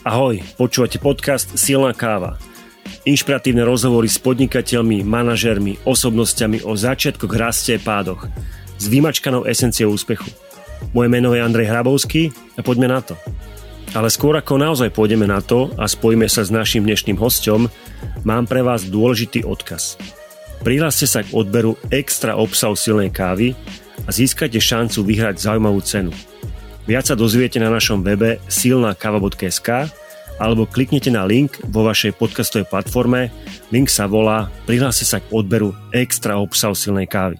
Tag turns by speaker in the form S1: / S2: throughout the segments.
S1: Ahoj, počúvate podcast Silná káva. Inšpiratívne rozhovory s podnikateľmi, manažérmi, osobnosťami o začiatkoch, raste a pádoch s vymačkanou esenciou úspechu. Moje meno je Andrej Hrabovský a poďme na to. Ale skôr ako naozaj pôjdeme na to a spojíme sa s naším dnešným hosťom, mám pre vás dôležitý odkaz. Prihláste sa k odberu extra obsahu silnej kávy a získajte šancu vyhrať zaujímavú cenu. Viac sa dozviete na našom webe silnakava.sk alebo kliknite na link vo vašej podcastovej platforme. Link sa volá Prihláste sa k odberu extra obsahu silnej kávy.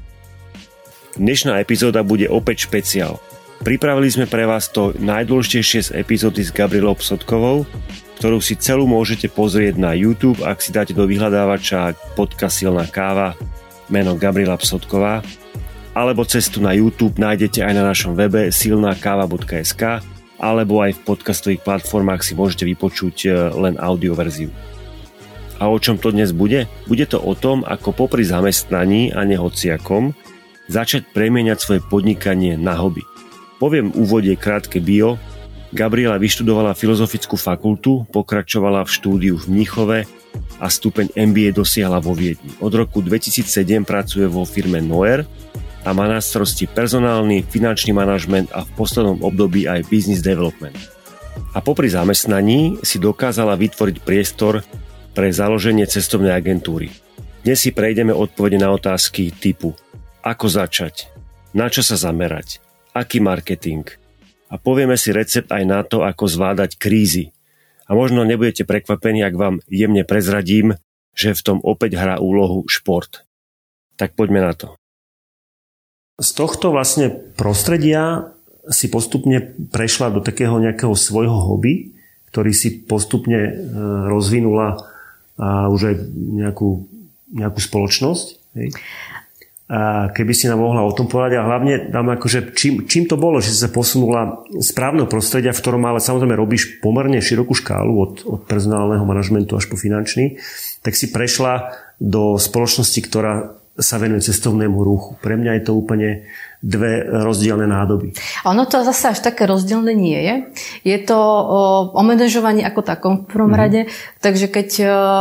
S1: Dnešná epizóda bude opäť špeciál. Pripravili sme pre vás to najdôležitejšie z epizódy s Gabrielou Psotkovou, ktorú si celú môžete pozrieť na YouTube, ak si dáte do vyhľadávača podcast Silná káva, meno Gabriela Psotková, alebo cestu na YouTube nájdete aj na našom webe silnakava.sk alebo aj v podcastových platformách si môžete vypočuť len audio verziu. A o čom to dnes bude? Bude to o tom, ako popri zamestnaní a nehociakom začať premieňať svoje podnikanie na hobby. Poviem v úvode krátke bio. Gabriela vyštudovala Filozofickú fakultu, pokračovala v štúdiu v Mníchove a stupeň MBA dosiahla vo Viedni. Od roku 2007 pracuje vo firme Noer a má na starosti personálny, finančný manažment a v poslednom období aj business development. A popri zamestnaní si dokázala vytvoriť priestor pre založenie cestovnej agentúry. Dnes si prejdeme odpovede na otázky typu ako začať, na čo sa zamerať, aký marketing a povieme si recept aj na to, ako zvládať krízy. A možno nebudete prekvapení, ak vám jemne prezradím, že v tom opäť hrá úlohu šport. Tak poďme na to. Z tohto vlastne prostredia si postupne prešla do takého nejakého svojho hobby, ktorý si postupne rozvinula a už aj nejakú spoločnosť. Hej. A keby si nám mohla o tom povedať a hlavne nám akože čím to bolo, že si sa posunula z právneho prostredia, v ktorom ale samozrejme robíš pomerne širokú škálu od personálneho manažmentu až po finančný, tak si prešla do spoločnosti, ktorá sa venuje cestovnému ruchu. Pre mňa je to úplne dve rozdielne nádoby.
S2: Ono to zase až také rozdielne nie je. Je to o manažovaní ako takom v prvom rade. Takže keď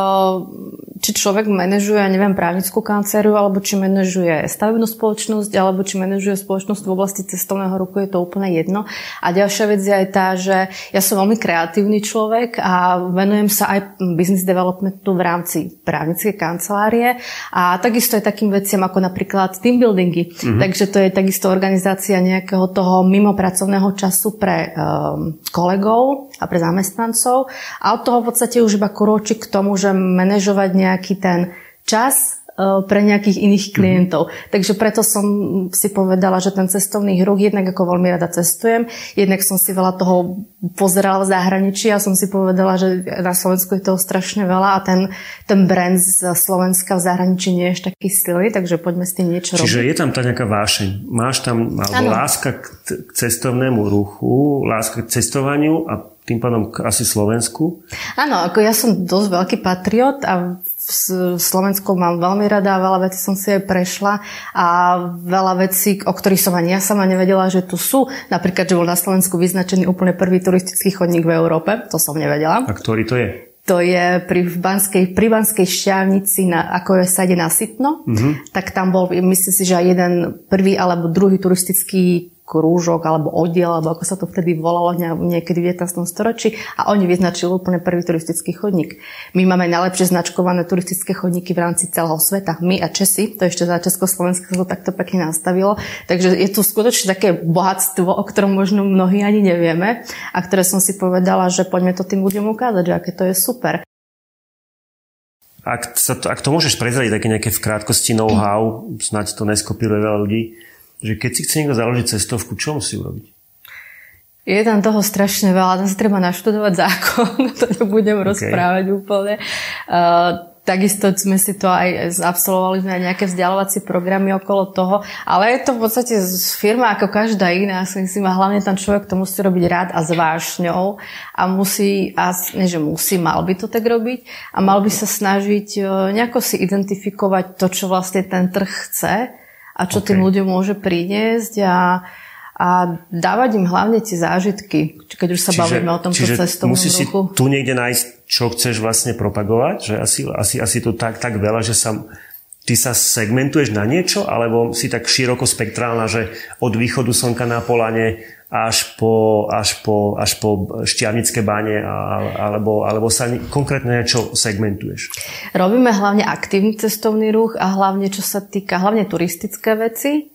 S2: či človek manažuje, neviem, právnickú kanceláriu, alebo či manažuje stavebnú spoločnosť, alebo či manažuje spoločnosť v oblasti cestovného ruchu, je to úplne jedno. A ďalšia vec je aj tá, že ja som veľmi kreatívny človek a venujem sa aj business developmentu v rámci právnickej kancelárie a takisto aj takým veciam ako napríklad team buildingy. Takže to je takisto organizácia nejakého toho mimopracovného času pre kolegov a pre zamestnancov a od toho v podstate už iba krôči k tomu, že manažovať nejaký ten čas pre nejakých iných klientov. Takže preto som si povedala, že ten cestovný ruch, jednak ako veľmi rada cestujem, jednak som si veľa toho pozerala v zahraničí a som si povedala, že na Slovensku je toho strašne veľa a ten brand z Slovenska v zahraničí nie je až taký silný, takže poďme s tým niečo robiť.
S1: Čiže je tam tá nejaká vášeň. Máš tam láska k cestovnému ruchu, láska k cestovaniu a tým pádom asi Slovensku? Áno,
S2: ako ja som dosť veľký patriot a v Slovensku mám veľmi rada a veľa vecí som si aj prešla a veľa vecí, o ktorých som ani ja sama nevedela, že tu sú. Napríklad, že bol na Slovensku vyznačený úplne prvý turistický chodník v Európe. To som nevedela.
S1: A ktorý to je?
S2: To je pri Banskej Štiavnici, ako sa ide na Sitno. Tak tam bol, myslím si, že aj jeden prvý alebo druhý turistický krúžok alebo oddiel, alebo ako sa to vtedy volalo niekedy v 19. storočí a oni vyznačili úplne prvý turistický chodník. My máme najlepšie značkované turistické chodníky v rámci celého sveta. My a Česi, to ešte za Československo sa to takto pekne nastavilo. Takže je tu skutočne také bohatstvo, o ktorom možno mnohí ani nevieme a ktoré som si povedala, že poďme to tým ľuďom ukázať, že aké to je super.
S1: Ak to môžeš prezradiť také nejaké v krátkosti know-how, snáď to neskopíruje veľa ľudí, že keď si chce niekto založiť cestovku, čo musí urobiť?
S2: Je tam toho strašne veľa, tam si treba naštudovať zákon, to nebudem rozprávať úplne. Takisto sme si to aj absolvovali na nejaké vzdialovacie programy okolo toho, ale je to v podstate firma ako každá iná, si myslím, a hlavne tam človek to musí robiť rád a s vášňou a mal by to tak robiť a mal by sa snažiť nejako si identifikovať to, čo vlastne ten trh chce a čo tým ľuďom môže priniesť a a dávať im hlavne tie zážitky, keď už sa bavíme o tomto cestovnom ruchu.
S1: Čiže musíš si tu niekde nájsť, čo chceš vlastne propagovať, že asi to tak veľa, že ty sa segmentuješ na niečo, alebo si tak široko spektrálna, že od východu slnka na Polane až po Štiavnické báne, alebo sa konkrétne niečo segmentuješ?
S2: Robíme hlavne aktívny cestovný ruch a hlavne čo sa týka hlavne turistické veci.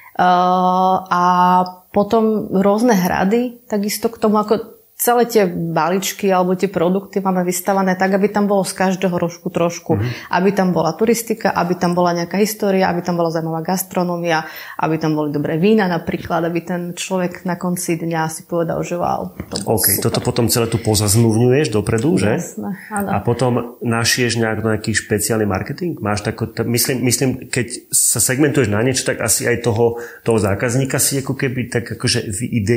S2: A potom rôzne hrady, takisto k tomu, ako celé tie balíčky alebo tie produkty máme vystavané tak, aby tam bolo z každého rožku trošku. Aby tam bola turistika, aby tam bola nejaká história, aby tam bola zaujímavá gastronómia, aby tam boli dobré vína napríklad, aby ten človek na konci dňa si povedal, že wow, to bolo super.
S1: Toto potom celé tu pozazmluvňuješ dopredu, že?
S2: Jasné, áno.
S1: A potom našieš nejaký špeciálny marketing? Máš myslím, keď sa segmentuješ na niečo, tak asi aj toho zákazníka si ako keby tak akože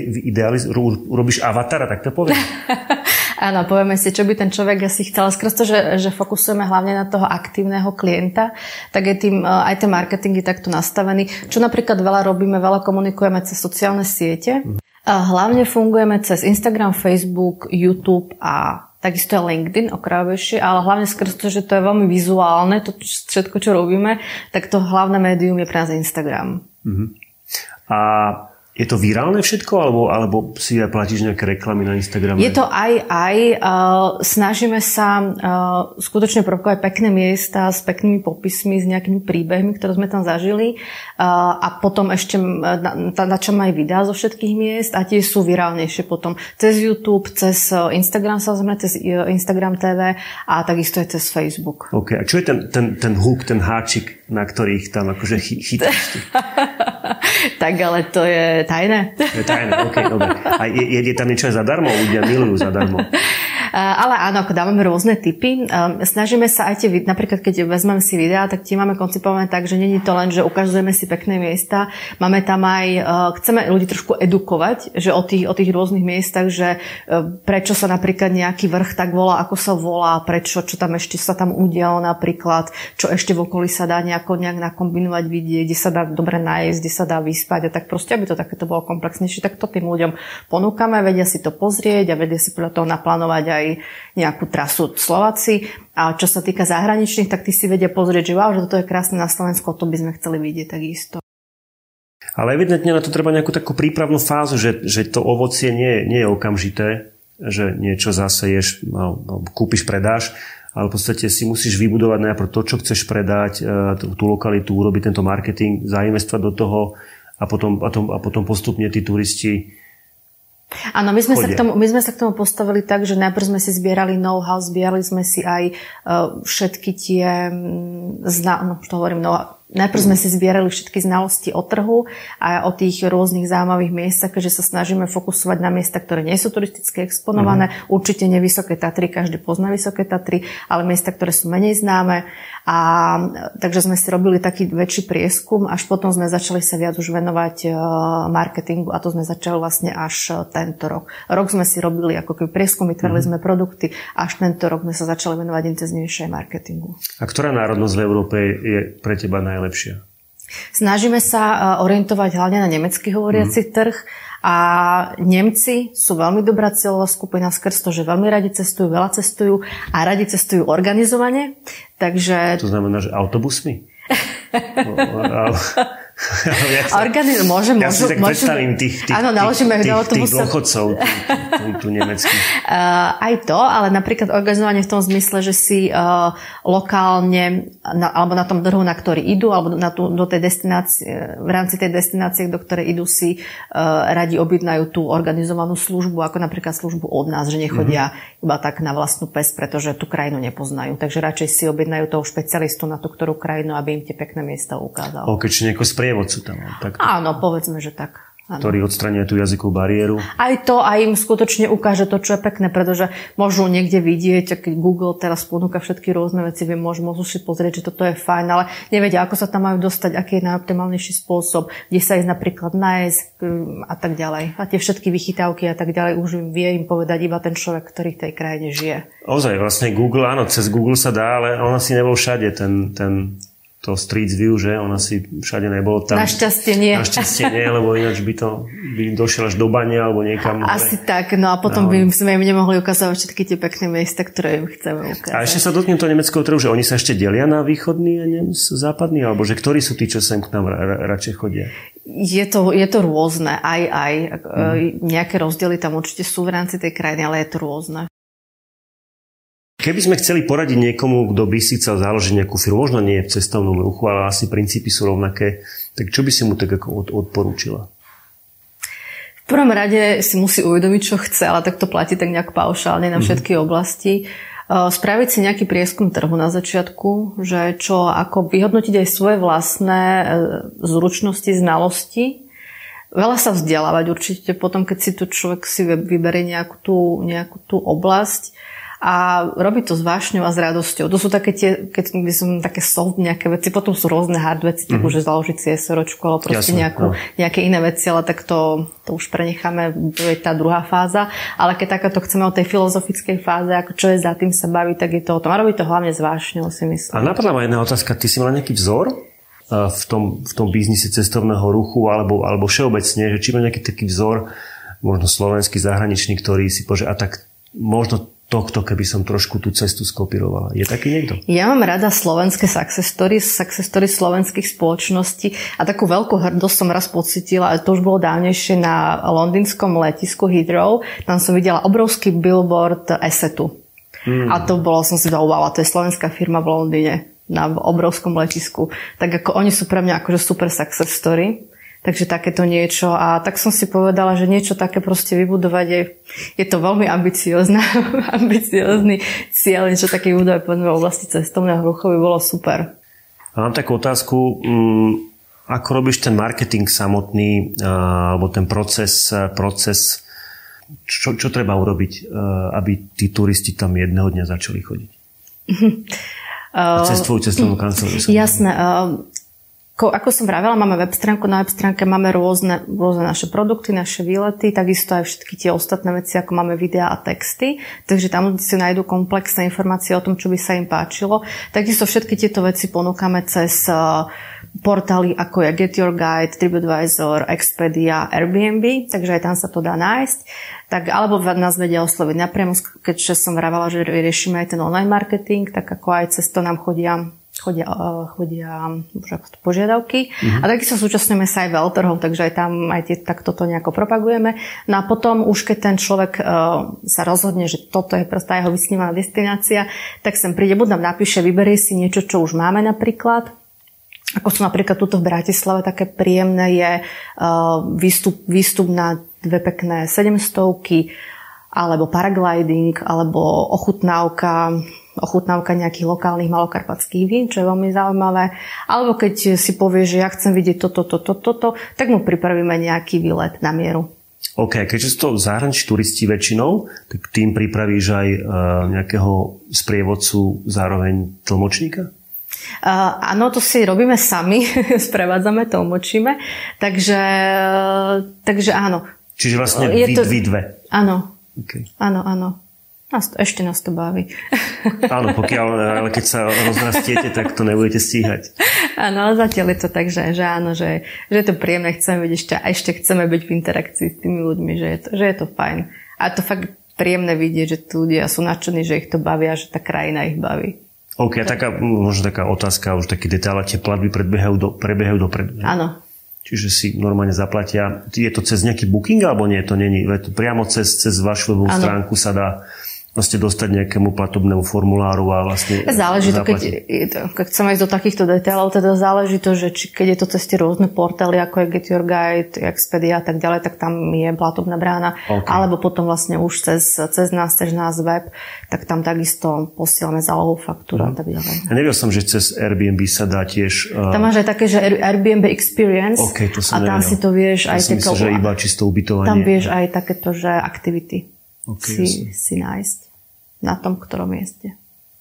S1: urobíš avatara, tak to poviem.
S2: Áno, povieme si, čo by ten človek asi chcel. Skrz to, že fokusujeme hlavne na toho aktívneho klienta, tak je tým aj ten marketing je takto nastavený. Čo napríklad veľa robíme, veľa komunikujeme cez sociálne siete. Hlavne fungujeme cez Instagram, Facebook, YouTube a takisto je LinkedIn okrajovejšie, ale hlavne skrz to, že to je veľmi vizuálne, to všetko, čo robíme, tak to hlavné médium je pre nás Instagram.
S1: A je to virálne všetko, alebo si aj platíš nejaké reklamy na Instagrame?
S2: Je to aj. Snažíme sa skutočne propagovať pekné miesta s peknými popismi, s nejakými príbehmi, ktoré sme tam zažili. A potom ešte načam aj videá zo všetkých miest a tie sú virálnejšie potom cez YouTube, cez Instagram, samozrejme cez Instagram TV a takisto aj cez Facebook.
S1: OK. A čo je ten hook, ten háčik, na ktorých tam akože chytáš?
S2: Tak ale to je tajné.
S1: Je tajné, OK, dobre. A je tam niečo aj zadarmo? Ľudia milujú zadarmo.
S2: Ale áno, ako dávame rôzne tipy. Snažíme sa aj napríklad keď vezmeme si videá, tak tie máme koncipované tak, že nie je to len, že ukazujeme si pekné miesta. Máme tam aj, chceme ľudí trošku edukovať, že o tých rôznych miestach, že prečo sa napríklad nejaký vrch tak volá, ako sa volá, prečo, čo tam ešte sa tam udialo napríklad, čo ešte v okolí sa dá nejak nakombinovať, vidieť, kde sa dá dobre nájsť, kde sa dá vyspať a tak proste, aby to takéto bolo komplexnejšie, tak to tým ľuďom ponúkame, vedia si to pozrieť a vedia si podľa toho naplánovať aj nejakú trasu Slováci. A čo sa týka zahraničných, tak tí si vedia pozrieť, že wow, že toto je krásne na Slovensku, to by sme chceli vidieť takisto.
S1: Ale evidentne na to treba nejakú takú prípravnú fázu, že to ovocie nie je okamžité, že niečo zaseješ, kúpiš, predáš, ale v podstate si musíš vybudovať najprv to, čo chceš predať, tú lokalitu, urobiť tento marketing, zainvestovať do toho a potom postupne tí turisti.
S2: Áno, my sme sa k tomu postavili tak, že najprv sme si zbierali know-how, zbierali sme si aj všetky tie najprv sme si zbierali všetky znalosti o trhu a o tých rôznych zaujímavých miestach, keďže sa snažíme fokusovať na miesta, ktoré nie sú turisticky exponované. Určite nie Vysoké Tatry, každý pozná Vysoké Tatry, ale miesta, ktoré sú menej známe. A takže sme si robili taký väčší prieskum, až potom sme začali sa viac už venovať marketingu a to sme začali vlastne až tento rok. Rok sme si robili ako keby prieskum, vytvárali sme produkty, až tento rok sme sa začali venovať intenzívnejšie marketingu. A
S1: ktorá národnosť v Európe je pre teba najlepšia?
S2: Snažíme sa orientovať hlavne na nemecky hovoriaci trh a Nemci sú veľmi dobrá cieľová skupina skrz to, že veľmi radi cestujú, veľa cestujú a radi cestujú organizovane. Takže...
S1: To znamená, že autobusmi?
S2: Môžem.
S1: Ja si tak predstavím tých dôchodcov tu nemeckých.
S2: Aj to, ale napríklad organizovanie v tom zmysle, že si lokálne alebo na tom trhu, na ktorý idú, alebo do tej destinácie, v rámci tej destinácie, do ktorej idú, si radi objednajú tú organizovanú službu, ako napríklad službu od nás, že nechodia iba tak na vlastnú päsť, pretože tú krajinu nepoznajú. Takže radšej si objednajú toho špecialistu na tú ktorú krajinu, aby im tie pekné miesta ukázal.
S1: Či nejaký sprievodcu tam. Takto.
S2: Áno, povedzme, že tak. Áno.
S1: Ktorý odstraňuje tú jazykovú bariéru.
S2: Aj to, aj im skutočne ukáže to, čo je pekné, pretože môžu niekde vidieť, keď Google teraz ponúka všetky rôzne veci, môžu si pozrieť, že toto je fajn, ale nevedia, ako sa tam majú dostať, aký je najoptimálnejší spôsob, kde sa ísť napríklad nájsť a tak ďalej. A tie všetky vychytávky a tak ďalej už vie im povedať iba ten človek, ktorý v tej krajine žije. Ozaj,
S1: vlastne Google, áno, cez Google sa dá, ale on asi nebol všade to Street View, že? On asi všade nebol tam.
S2: Našťastie nie.
S1: Našťastie nie, lebo ináč by by došiel až do bane alebo niekam.
S2: Asi tak, no a potom by sme im nemohli ukázať všetky tie pekné miesta, ktoré im chceme ukázať. A
S1: ešte sa dotknem toho nemeckého trhu, že oni sa ešte delia na východný a západný, alebo že ktorí sú tí, čo sem k nám radšej chodia?
S2: Je to rôzne, aj nejaké rozdiely tam určite sú v rámci tej krajiny, ale je to rôzne.
S1: Keby sme chceli poradiť niekomu, kto by si chcel založiť nejakú firmu, možno nie v cestovnom ruchu, ale asi princípy sú rovnaké, tak čo by si mu tak ako odporúčila?
S2: V prvom rade si musí uvedomiť, čo chce, ale tak to platí tak nejak paušálne na všetky oblasti. Spraviť si nejaký prieskum trhu na začiatku, že čo, ako vyhodnotiť aj svoje vlastné zručnosti, znalosti. Veľa sa vzdelávať určite potom, keď si tu človek si vyberie nejakú tú oblasť a robí to s vášňou a s radosťou. To sú také tie, keď by som také soft nejaké veci, potom sú rôzne hard veci, tak už založiť si SROčku, alebo proste nejaké iné veci, ale tak to už prenecháme, to je tá druhá fáza. Ale keď takáto chceme o tej filozofickej fáze, ako čo je za tým sa baví, tak je to o tom. A robí to hlavne s vášňou, si myslím.
S1: A napadla ma jedna otázka. Ty si mala nejaký vzor v tom biznise cestovného ruchu alebo všeobecne, že či má nejaký taký vzor, možno slovenský, zahraničný, ktorý si povie, a tak možno tohto, keby som trošku tú cestu skopírovala. Je taký niekto?
S2: Ja mám rada slovenské success stories slovenských spoločností a takú veľkú hrdosť som raz pocitila, ale to už bolo dávnejšie na londýnskom letisku Heathrow. Tam som videla obrovský billboard Assetu. A to bolo, som si dala, to je slovenská firma v Londýne na obrovskom letisku. Tak ako oni sú pre mňa akože super success story. Takže takéto niečo. A tak som si povedala, že niečo také proste vybudovať je to veľmi ambiciózny cieľ. Niečo také vybudovať v oblasti cestovného ruchu by bolo super.
S1: A mám takú otázku, ako robíš ten marketing samotný, alebo ten proces, čo treba urobiť, aby tí turisti tam jedného dňa začali chodiť? Cez tvoju cestovnú kanceláriu.
S2: Jasné. Ako som vravela, máme web stránku, na web stránke máme rôzne naše produkty, naše výlety, takisto aj všetky tie ostatné veci, ako máme videá a texty, takže tam si nájdú komplexné informácie o tom, čo by sa im páčilo. Takisto všetky tieto veci ponúkame cez portály ako je Get Your Guide, TripAdvisor, Expedia, Airbnb, takže aj tam sa to dá nájsť. Tak, alebo nás vedia osloviť napriamo, keďže som vravela, že riešime aj ten online marketing, tak ako aj cez to nám chodia požiadavky. A takisto súčasňujeme sa aj veľtrhom, takže aj tam tak toto nejako propagujeme. No a potom už keď ten človek sa rozhodne, že toto je proste jeho vysnívaná destinácia, tak sem príde, buď nám napíše, vyberie si niečo, čo už máme napríklad. Ako sú napríklad tuto v Bratislave, také príjemné je výstup na dve pekné 700-ky, alebo paragliding, alebo ochutnávka nejakých lokálnych malokarpatských vín, čo je veľmi zaujímavé. Alebo keď si povie, že ja chcem vidieť toto, tak mu pripravíme nejaký výlet na mieru.
S1: OK, keďže sú to zahraniční turisti väčšinou, tak tým pripravíš aj nejakého sprievodcu, zároveň tlmočníka?
S2: Áno, to si robíme sami, sprevádzame, tlmočíme. Takže áno.
S1: Čiže vlastne vy dve.
S2: Áno.
S1: Okay.
S2: Áno. Ešte nás to baví.
S1: Áno, ale keď sa rozrastiete, tak to nebudete stíhať.
S2: Áno, zatiaľ je to tak, že áno, že je to príjemné, chceme byť ešte chceme byť v interakcii s tými ľuďmi, že je to fajn. A to fakt príjemné vidieť, že tu ľudia sú nadšení, že ich to baví a že tá krajina ich baví. OK, možno taká otázka, už taký detail, tie platby prebiehajú dopredu. Áno.
S1: Čiže si normálne zaplatia. Je to cez nejaký booking, alebo nie? To není. Priamo cez vašu webovú stránku sa dá vlastne dostať nejakému platobnému formuláru a vlastne
S2: záleží to, keď chceme ísť do takýchto detailov, teda záleží to, že keď je to cez tie rôzne portály, ako je Get Your Guide, Expedia a tak ďalej, tak tam je platobná brána. Okay. Alebo potom vlastne už cez nás web, tak tam takisto posielame zálohovú faktúru a tak ďalej.
S1: Ja nevedel som, že cez Airbnb sa dá tiež...
S2: Tam máš aj také, že Airbnb Experience.
S1: Okay, to som
S2: a tam
S1: nevedel.
S2: Si to vieš aj...
S1: Ja myslím, že iba čisto ubytovanie.
S2: Tam vieš aj takéto, že activity si nájsť na tom, ktorom mieste.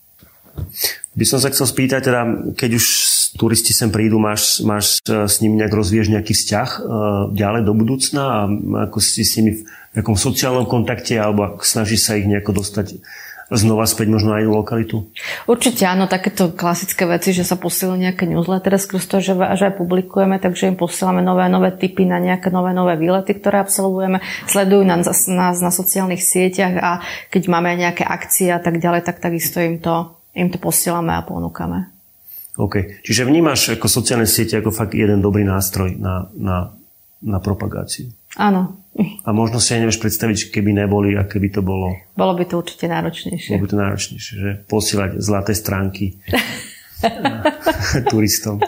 S1: By som sa chcel spýtať, teda, keď už turisti sem prídu, máš s nimi nejak rozvíješ nejaký vzťah ďalej do budúcna a ako si s nimi v nejakom sociálnom kontakte alebo snažíš sa ich nejako dostať znova späť možno aj inú lokalitu?
S2: Určite áno, takéto klasické veci, že sa posielajú nejaké newslettery skrz to, že aj publikujeme, takže im posielame nové tipy na nejaké nové výlety, ktoré absolvujeme. Sledujú nás na sociálnych sieťach a keď máme nejaké akcie a tak ďalej, tak takisto im to posielame a ponúkame.
S1: OK. Čiže vnímaš ako sociálne siete ako fakt jeden dobrý nástroj na propagáciu?
S2: Áno.
S1: A možno si aj nevieš predstaviť, keby neboli a keby to bolo...
S2: Bolo by to určite náročnejšie.
S1: Bolo by to náročnejšie, že posielať zlaté stránky turistom.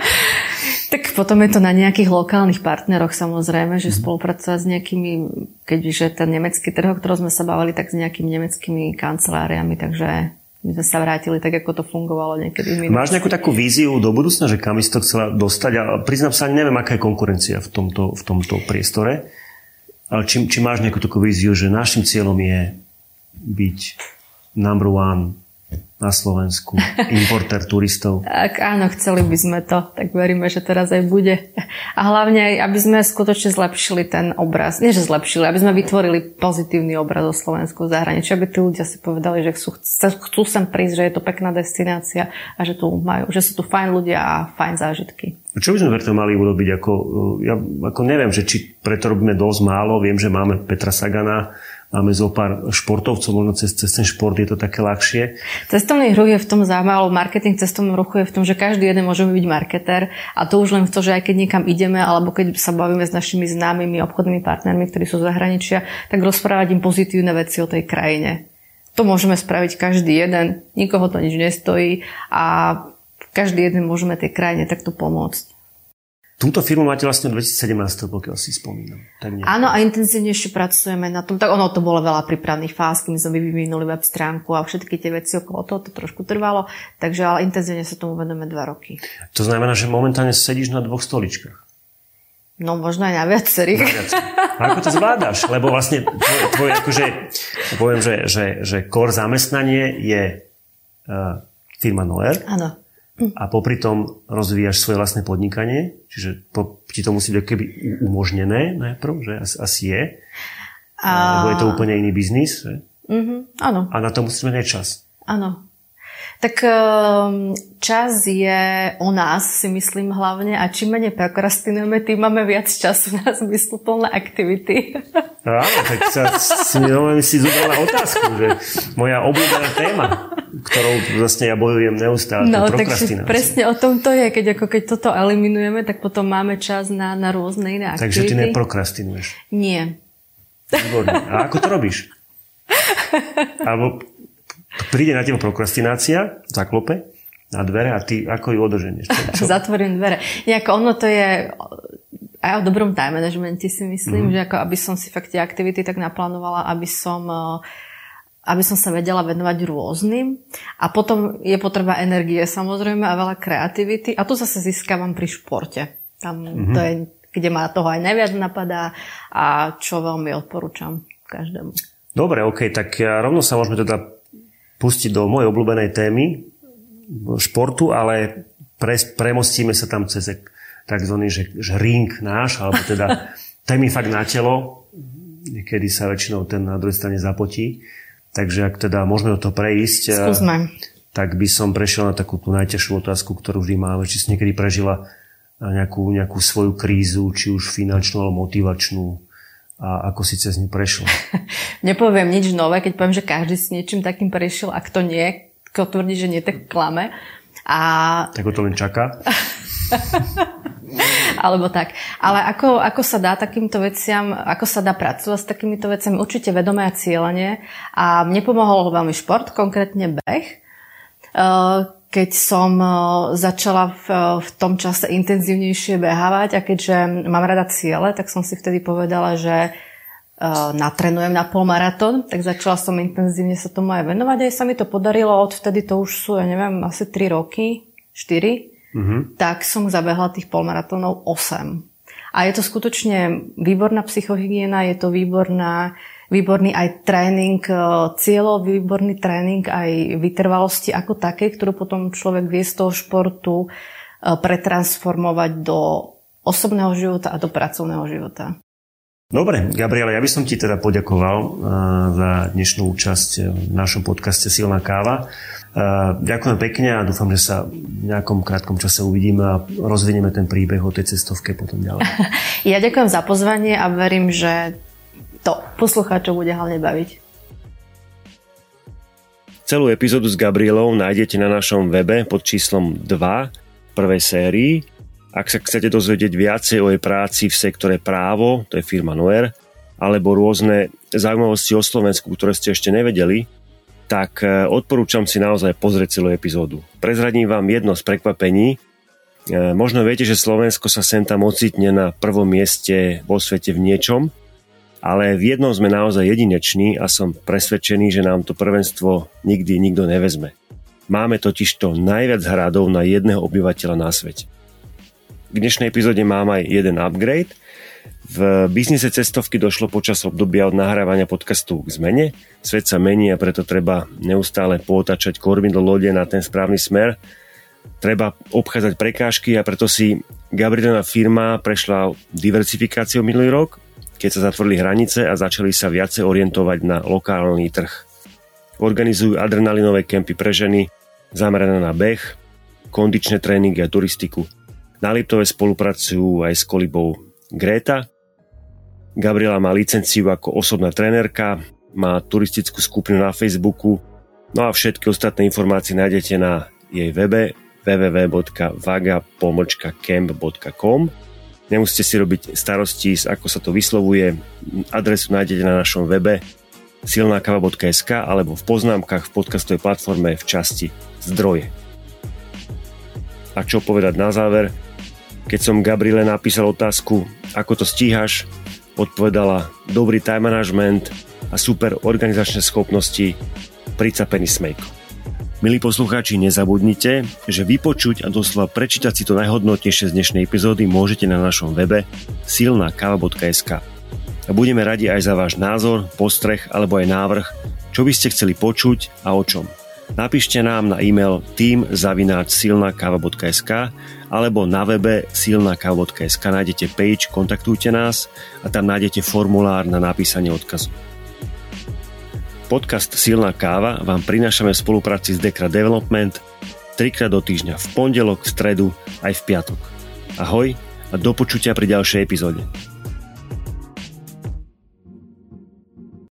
S2: Tak potom je to na nejakých lokálnych partneroch samozrejme, že spolupracovať s nejakými, keďže ten nemecký trh, o ktorom sme sa bavili, tak s nejakými nemeckými kanceláriami, takže my sme sa vrátili tak, ako to fungovalo niekedy.
S1: Máš nejakú takú víziu do budúcna, že kam si to chcela dostať? A priznám sa, ani neviem, aká je konkurencia v tomto priestore. Ale či máš nejakú takú víziu, že našim cieľom je byť number one na Slovensku, importér turistov?
S2: Ak áno, chceli by sme to, tak veríme, že teraz aj bude. A hlavne aj, aby sme skutočne zlepšili ten obraz. Nie, že zlepšili, aby sme vytvorili pozitívny obraz o Slovensku v zahraničí, aby tí ľudia si povedali, že chcú sem prísť, že je to pekná destinácia a že sú tu fajn ľudia a fajn zážitky.
S1: Čo by sme preto mali urobiť? Ja neviem, že či preto robíme dosť málo. Viem, že máme Petra Sagana, máme zo pár športovcov, možno cez ten šport je to také ľahšie.
S2: Cestovný ruch je v tom zaujímavé, marketing cestovného ruchu je v tom, že každý jeden môže byť marketér a to už len v to, že aj keď niekam ideme alebo keď sa bavíme s našimi známymi obchodnými partnermi, ktorí sú z zahraničia, tak rozprávať im pozitívne veci o tej krajine. To môžeme spraviť každý jeden, nikoho to nič nestojí a každý jeden môžeme tej krajine takto pomôcť.
S1: Túto firmu máte vlastne v 2017, pokiaľ si spomínam.
S2: Áno, a intenzívnejšie pracujeme na tom. Tak ono to bolo veľa prípravných fáz, kým sme vyvinuli web stránku a všetky tie veci okolo toho, to trošku trvalo, takže ale intenzívne sa tomu venujeme 2 roky.
S1: To znamená, že momentálne sedíš na 2 stoličkách.
S2: No možno aj na viacerých.
S1: A ako to zvládaš? Lebo vlastne tvoje akože, poviem, že core zamestnanie je firma Noer.
S2: Áno.
S1: A popri tom rozvíjaš svoje vlastné podnikanie, čiže ti to musí byť keby umožnené najprv, že asi je. Lebo je to úplne iný biznis. Že?
S2: Áno.
S1: A na to musíš mať aj čas.
S2: Áno. Tak čas je o nás, si myslím hlavne, a čím menej prokrastinujeme, tým máme viac času na zmysluplné aktivity.
S1: Áno, tak si zobrala otázku, že moja obľúbená téma, ktorou vlastne ja bojujem neustále, prokrastináciu.
S2: Presne o tom to je, keď toto eliminujeme, tak potom máme čas na rôzne iné aktivity.
S1: Takže ty neprokrastinuješ?
S2: Nie.
S1: Výborné. A ako to robíš? Alebo príde na teba prokrastinácia, zaklope na dvere a ty ako ju održenieš?
S2: Zatvorím dvere. Nejako ono to je aj o dobrom time managemente si myslím, že ako aby som si fakt tie aktivity tak naplánovala, aby som sa vedela venovať rôznym. A potom je potreba energie samozrejme a veľa kreativity. A tu zase získavam pri športe. Tam to je, kde ma toho aj najviac napadá a čo veľmi odporúčam každému.
S1: Dobre, OK, tak rovno sa môžeme teda pustiť do mojej obľúbenej témy športu, ale premostíme sa tam cez takzvaný že ring náš, alebo teda témy fakt na telo, kedy sa väčšinou ten na druhej strane zapotí. Takže ak teda môžeme do toho prejsť,
S2: skúsme.
S1: Tak by som prešiel na takú tú najťažšiu otázku, ktorú vždy máme. Či si niekedy prežila nejakú svoju krízu, či už finančnú alebo motivačnú, a ako si cez ňu prešla?
S2: Nepoviem nič nové, keď poviem, že každý si niečím takým prešiel. Ak to nie, kto tvrdí, že nie, tak klame.
S1: Tak o to len čaká.
S2: Alebo tak. Ale ako sa dá takýmto veciam, ako sa dá pracovať s takýmito vecami? Určite vedomé a cieľenie. A mne pomohol veľmi šport, konkrétne beh. Keď som začala v tom čase intenzívnejšie behávať a keďže mám rada ciele, tak som si vtedy povedala, že natrenujem na polmaratón, tak začala som intenzívne sa tomu aj venovať. Aj sa mi to podarilo, odvtedy to už sú, ja neviem, asi 3 roky, 4. Tak som zabehla tých polmaratónov 8. A je to skutočne výborná psychohygiena, je to výborný aj tréning cieľov, výborný tréning aj vytrvalosti ako také, ktorú potom človek vie z toho športu pretransformovať do osobného života a do pracovného života.
S1: Dobre, Gabriela, ja by som ti teda poďakoval za dnešnú účasť v našom podcaste Silná káva. Ďakujem pekne a dúfam, že sa v nejakom krátkom čase uvidíme a rozvinieme ten príbeh o tej cestovke potom ďalej.
S2: Ja ďakujem za pozvanie a verím, že to poslucháčov bude hlavne baviť.
S1: Celú epizódu s Gabrielou nájdete na našom webe pod číslom 2 prvej sérii. Ak sa chcete dozvedieť viacej o jej práci v sektore právo, to je firma Noer, alebo rôzne zaujímavosti o Slovensku, ktoré ste ešte nevedeli, tak odporúčam si naozaj pozrieť celú epizódu. Prezradím vám jedno z prekvapení. Možno viete, že Slovensko sa sem tam ocitne na prvom mieste vo svete v niečom, ale v jednom sme naozaj jedineční a som presvedčený, že nám to prvenstvo nikdy nikto nevezme. Máme totižto najviac hradov na jedného obyvateľa na svete. K dnešnej epizóde mám aj jeden upgrade. V biznise cestovky došlo počas obdobia od nahrávania podcastu k zmene. Svet sa mení a preto treba neustále pootačať kormidlo lode na ten správny smer. Treba obchádzať prekážky a preto si Gabrielina firma prešla diversifikáciou minulý rok, keď sa zatvorili hranice a začali sa viacej orientovať na lokálny trh. Organizujú adrenalinové kempy pre ženy, zamerané na beh, kondičné tréningy a turistiku. Na Liptove spolupracujú aj s kolibou Greta. Gabriela má licenciu ako osobná trénerka, má turistickú skupinu na Facebooku, no a všetky ostatné informácie nájdete na jej webe www.vaga-camp.com. Nemusíte si robiť starosti, ako sa to vyslovuje. Adresu nájdete na našom webe silnakava.sk alebo v poznámkach v podcastovej platforme v časti Zdroje. A čo povedať na záver? Keď som Gabriele napísal otázku, ako to stíhaš, odpovedala dobrý time management a super organizačné schopnosti, pricapený smejko. Milí poslucháči, nezabudnite, že vypočuť a doslova prečítať si to najhodnotnejšie z dnešnej epizódy môžete na našom webe silnakava.sk. A budeme radi aj za váš názor, postreh alebo aj návrh, čo by ste chceli počuť a o čom. Napíšte nám na e-mail team@silnakava.sk alebo na webe silnakava.sk nájdete page Kontaktujte nás a tam nájdete formulár na napísanie odkazu. Podcast Silná káva vám prinášame v spolupráci s Dekra Development 3-krát do týždňa v pondelok, v stredu aj v piatok. Ahoj a do počutia pri ďalšej epizóde.